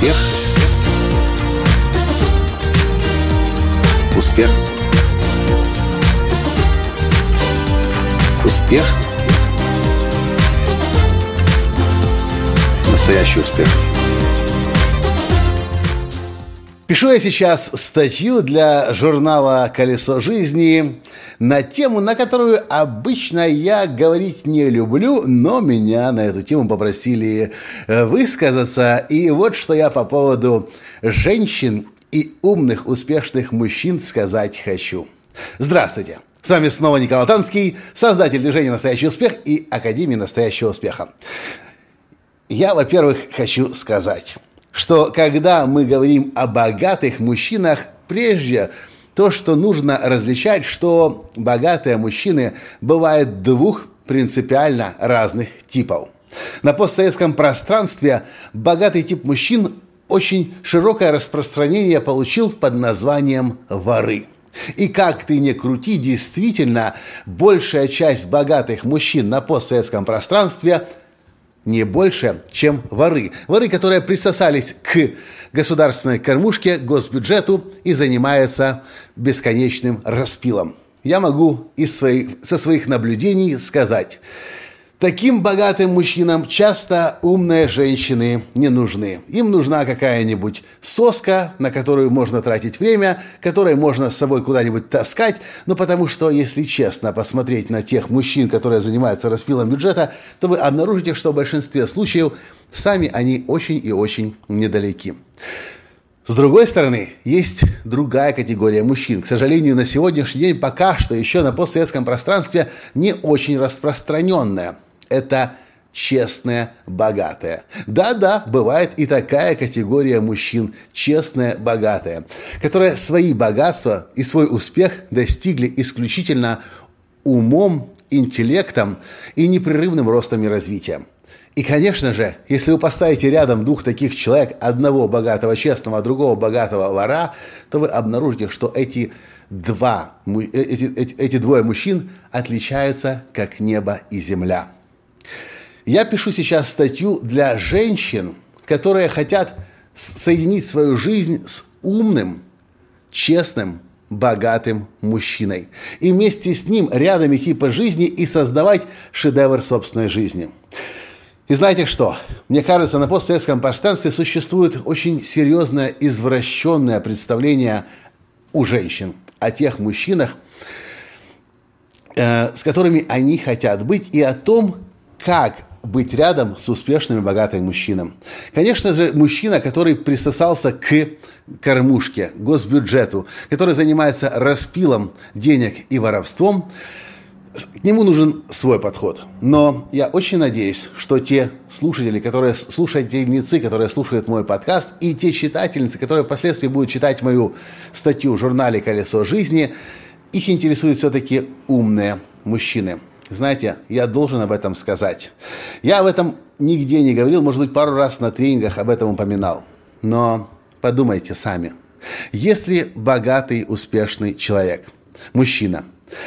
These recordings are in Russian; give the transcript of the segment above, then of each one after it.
Успех. Успех. Успех. Настоящий успех. Пишу я сейчас статью для журнала «Колесо жизни» на тему, на которую обычно я говорить не люблю, но меня на эту тему попросили высказаться. И вот что я по поводу женщин и умных, успешных мужчин сказать хочу. Здравствуйте! С вами снова Николай Танский, создатель движения «Настоящий успех» и Академии настоящего успеха. Я, во-первых, хочу сказать, что когда мы говорим о богатых мужчинах, прежде то, что нужно различать, что богатые мужчины бывают двух принципиально разных типов. На постсоветском пространстве богатый тип мужчин очень широкое распространение получил под названием воры. И как ты ни крути, действительно, большая часть богатых мужчин на постсоветском пространстве не больше, чем воры. Воры, которые присосались к государственной кормушке, госбюджету и занимаются бесконечным распилом. Я могу со своих наблюдений сказать, таким богатым мужчинам часто умные женщины не нужны. Им нужна какая-нибудь соска, на которую можно тратить время, которой можно с собой куда-нибудь таскать. Ну, потому что, если честно посмотреть на тех мужчин, которые занимаются распилом бюджета, то вы обнаружите, что в большинстве случаев сами они очень и очень недалеки. С другой стороны, есть другая категория мужчин. К сожалению, на сегодняшний день пока что еще на постсоветском пространстве не очень распространенная. Это честные, богатые. Да-да, бывает и такая категория мужчин, честные, богатые, которые свои богатства и свой успех достигли исключительно умом, интеллектом и непрерывным ростом и развитием. И, конечно же, если вы поставите рядом двух таких человек, одного богатого честного, а другого богатого вора, то вы обнаружите, что эти двое мужчин отличаются как небо и земля. Я пишу сейчас статью для женщин, которые хотят соединить свою жизнь с умным, честным, богатым мужчиной. И вместе с ним рядом идти по жизни и создавать шедевр собственной жизни. И знаете что? Мне кажется, на постсоветском пространстве существует очень серьезное извращенное представление у женщин о тех мужчинах, с которыми они хотят быть, и о том, как быть рядом с успешным и богатым мужчиной. Конечно же, мужчина, который присосался к кормушке, госбюджету, который занимается распилом денег и воровством, к нему нужен свой подход. Но я очень надеюсь, что те слушательницы, которые слушают мой подкаст, и те читательницы, которые впоследствии будут читать мою статью в журнале «Колесо жизни», их интересуют все-таки умные мужчины. Знаете, я должен об этом сказать. Я об этом нигде не говорил, может быть, пару раз на тренингах об этом упоминал. Но подумайте сами. Если богатый, успешный человек, мужчина,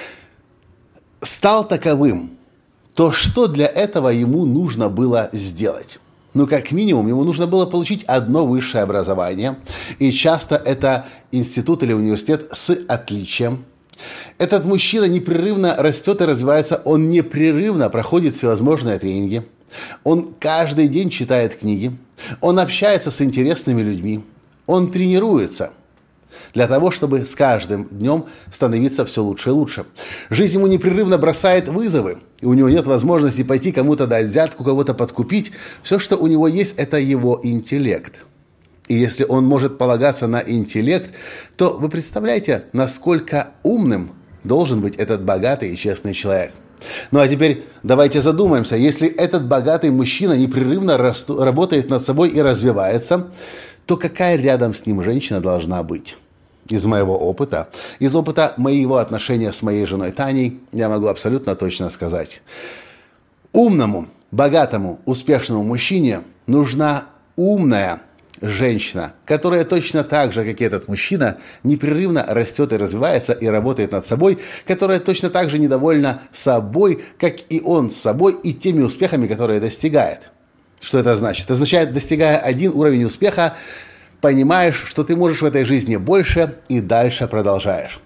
стал таковым, то что для этого ему нужно было сделать? Ну, как минимум, ему нужно было получить одно высшее образование. И часто это институт или университет с отличием. Этот мужчина непрерывно растет и развивается, он непрерывно проходит всевозможные тренинги, он каждый день читает книги, он общается с интересными людьми, он тренируется для того, чтобы с каждым днем становиться все лучше и лучше. Жизнь ему непрерывно бросает вызовы, и у него нет возможности пойти кому-то дать взятку, кого-то подкупить. Все, что у него есть, это его интеллект. И если он может полагаться на интеллект, то вы представляете, насколько умным должен быть этот богатый и честный человек. Ну а теперь давайте задумаемся, если этот богатый мужчина непрерывно работает над собой и развивается, то какая рядом с ним женщина должна быть? Из моего опыта, из опыта моего отношения с моей женой Таней, я могу абсолютно точно сказать. Умному, богатому, успешному мужчине нужна умная женщина, которая точно так же, как и этот мужчина, непрерывно растет и развивается и работает над собой, которая точно так же недовольна собой, как и он с собой и теми успехами, которые достигает. Что это значит? Это означает, достигая один уровень успеха, понимаешь, что ты можешь в этой жизни больше и дальше продолжаешь.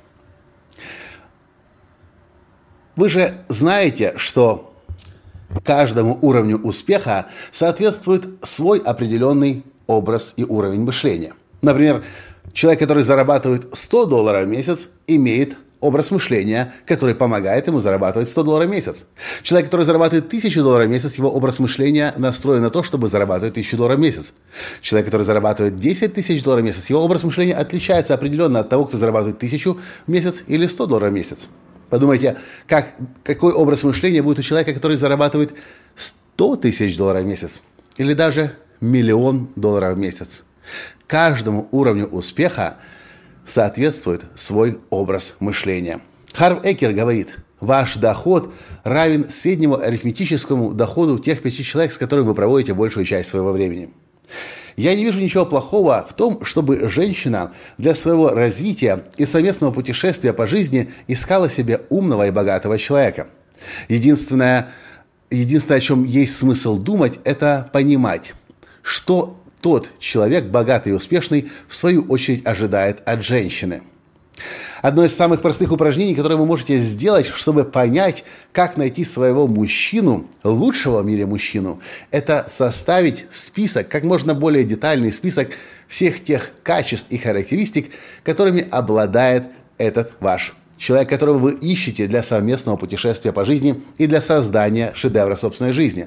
Вы же знаете, что каждому уровню успеха соответствует свой определенный образ и уровень мышления. Например, человек, который зарабатывает $100 в месяц, имеет образ мышления, который помогает ему зарабатывать $100 в месяц. Человек, который зарабатывает $1000 в месяц, его образ мышления настроен на то, чтобы зарабатывать $1000 в месяц. Человек, который зарабатывает $10 000 в месяц, его образ мышления отличается определенно от того, кто зарабатывает 1000 в месяц или $100 в месяц. Подумайте, какой образ мышления будет у человека, который зарабатывает $100 000 в месяц или даже $1 000 000 в месяц. Каждому уровню успеха соответствует свой образ мышления. Харв Экер говорит, ваш доход равен среднему арифметическому доходу тех 5 человек, с которыми вы проводите большую часть своего времени. Я не вижу ничего плохого в том, чтобы женщина для своего развития и совместного путешествия по жизни искала себе умного и богатого человека. Единственное, о чем есть смысл думать, это понимать, что тот человек, богатый и успешный, в свою очередь ожидает от женщины. Одно из самых простых упражнений, которое вы можете сделать, чтобы понять, как найти своего мужчину, лучшего в мире мужчину, это составить список, как можно более детальный список всех тех качеств и характеристик, которыми обладает этот ваш человек, которого вы ищете для совместного путешествия по жизни и для создания шедевра собственной жизни.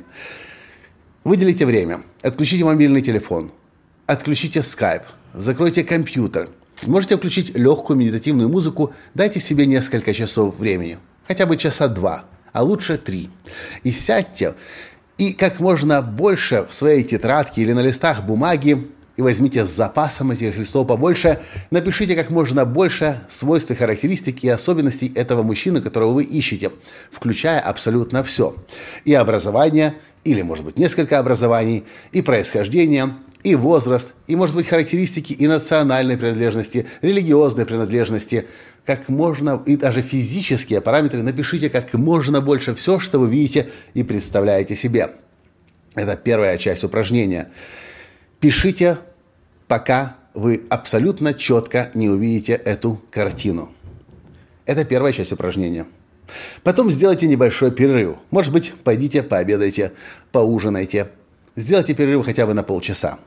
Выделите время, отключите мобильный телефон, отключите скайп, закройте компьютер. Можете включить легкую медитативную музыку, дайте себе несколько часов времени, хотя бы часа 2, а лучше 3. И сядьте, и как можно больше в своей тетрадке или на листах бумаги, и возьмите с запасом этих листов побольше, напишите как можно больше свойств и характеристик и особенностей этого мужчины, которого вы ищете, включая абсолютно все. И образование, или, может быть, несколько образований, и происхождение, и возраст, и, может быть, характеристики и национальной принадлежности, религиозной принадлежности, как можно, и даже физические параметры, напишите как можно больше все, что вы видите и представляете себе. Это первая часть упражнения. Пишите, пока вы абсолютно четко не увидите эту картину. Это первая часть упражнения. Потом сделайте небольшой перерыв. Может быть, пойдите пообедайте, поужинайте. Сделайте перерыв хотя бы на полчаса.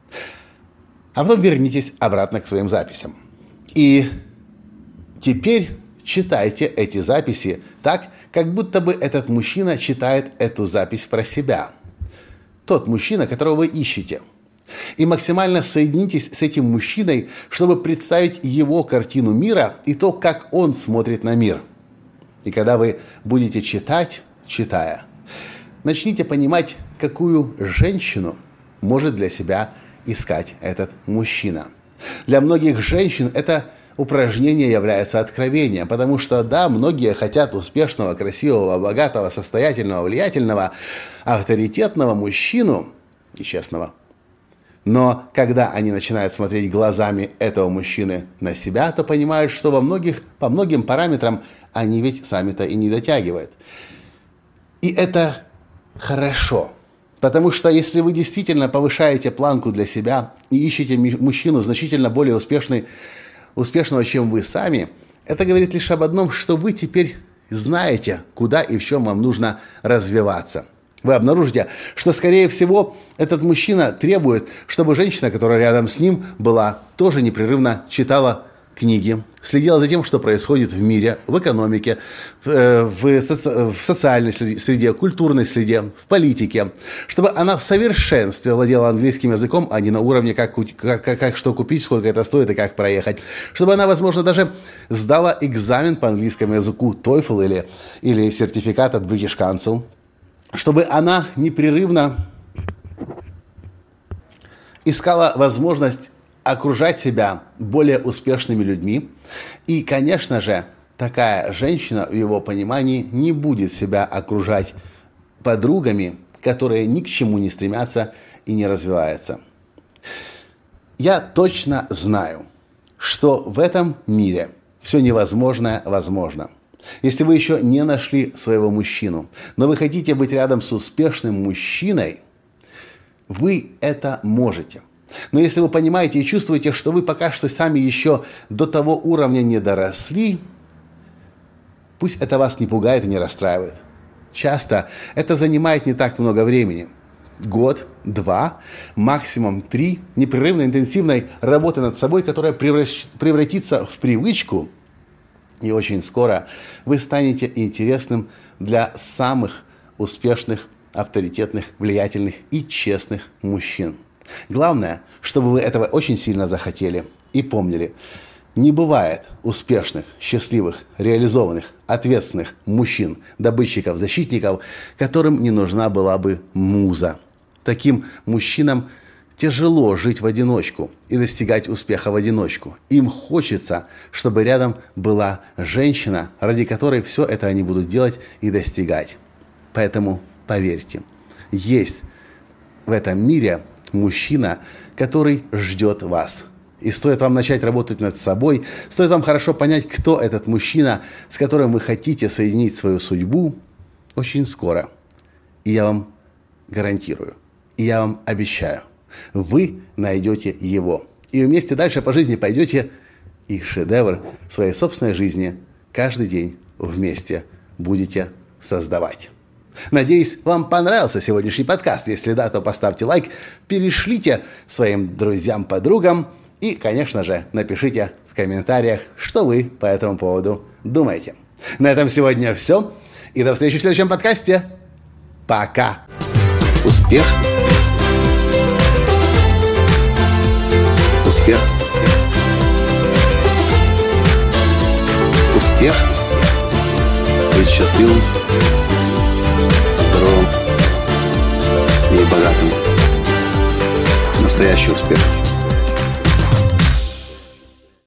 А потом вернитесь обратно к своим записям. И теперь читайте эти записи так, как будто бы этот мужчина читает эту запись про себя. Тот мужчина, которого вы ищете. И максимально соединитесь с этим мужчиной, чтобы представить его картину мира и то, как он смотрит на мир. И когда вы будете читая, начните понимать, какую женщину может для себя искать этот мужчина. Для многих женщин это упражнение является откровением, потому что, да, многие хотят успешного, красивого, богатого, состоятельного, влиятельного, авторитетного мужчину и честного. Но когда они начинают смотреть глазами этого мужчины на себя, то понимают, что по многим параметрам они ведь сами-то и не дотягивают. И это хорошо. Потому что если вы действительно повышаете планку для себя и ищете мужчину значительно более успешного, чем вы сами, это говорит лишь об одном, что вы теперь знаете, куда и в чем вам нужно развиваться. Вы обнаружите, что, скорее всего, этот мужчина требует, чтобы женщина, которая рядом с ним была, тоже непрерывно читала книги, следила за тем, что происходит в мире, в экономике, в социальной среде, культурной среде, в политике, чтобы она в совершенстве владела английским языком, а не на уровне, как что купить, сколько это стоит и как проехать, чтобы она, возможно, даже сдала экзамен по английскому языку TOEFL или сертификат от British Council, чтобы она непрерывно искала возможность окружать себя более успешными людьми. И, конечно же, такая женщина в его понимании не будет себя окружать подругами, которые ни к чему не стремятся и не развиваются. Я точно знаю, что в этом мире все невозможное возможно. Если вы еще не нашли своего мужчину, но вы хотите быть рядом с успешным мужчиной, Вы это можете. Но если вы понимаете и чувствуете, что вы пока что сами еще до того уровня не доросли, пусть это вас не пугает и не расстраивает. Часто это занимает не так много времени. Год, 2, максимум 3 непрерывной интенсивной работы над собой, которая превратится в привычку. И очень скоро вы станете интересным для самых успешных, авторитетных, влиятельных и честных мужчин. Главное, чтобы вы этого очень сильно захотели и помнили. Не бывает успешных, счастливых, реализованных, ответственных мужчин, добытчиков, защитников, которым не нужна была бы муза. Таким мужчинам тяжело жить в одиночку и достигать успеха в одиночку. Им хочется, чтобы рядом была женщина, ради которой все это они будут делать и достигать. Поэтому поверьте, есть в этом мире мужчина, который ждет вас. И стоит вам начать работать над собой, стоит вам хорошо понять, кто этот мужчина, с которым вы хотите соединить свою судьбу, очень скоро. И я вам гарантирую, и я вам обещаю, вы найдете его. И вместе дальше по жизни пойдете и шедевр своей собственной жизни каждый день вместе будете создавать. Надеюсь, вам понравился сегодняшний подкаст. Если да, то поставьте лайк, перешлите своим друзьям, подругам и, конечно же, напишите в комментариях, что вы по этому поводу думаете. На этом сегодня все. И до встречи в следующем подкасте. Пока. Успех. Успех. Успех. Быть счастливым, здоровым и богатым. Настоящий успех.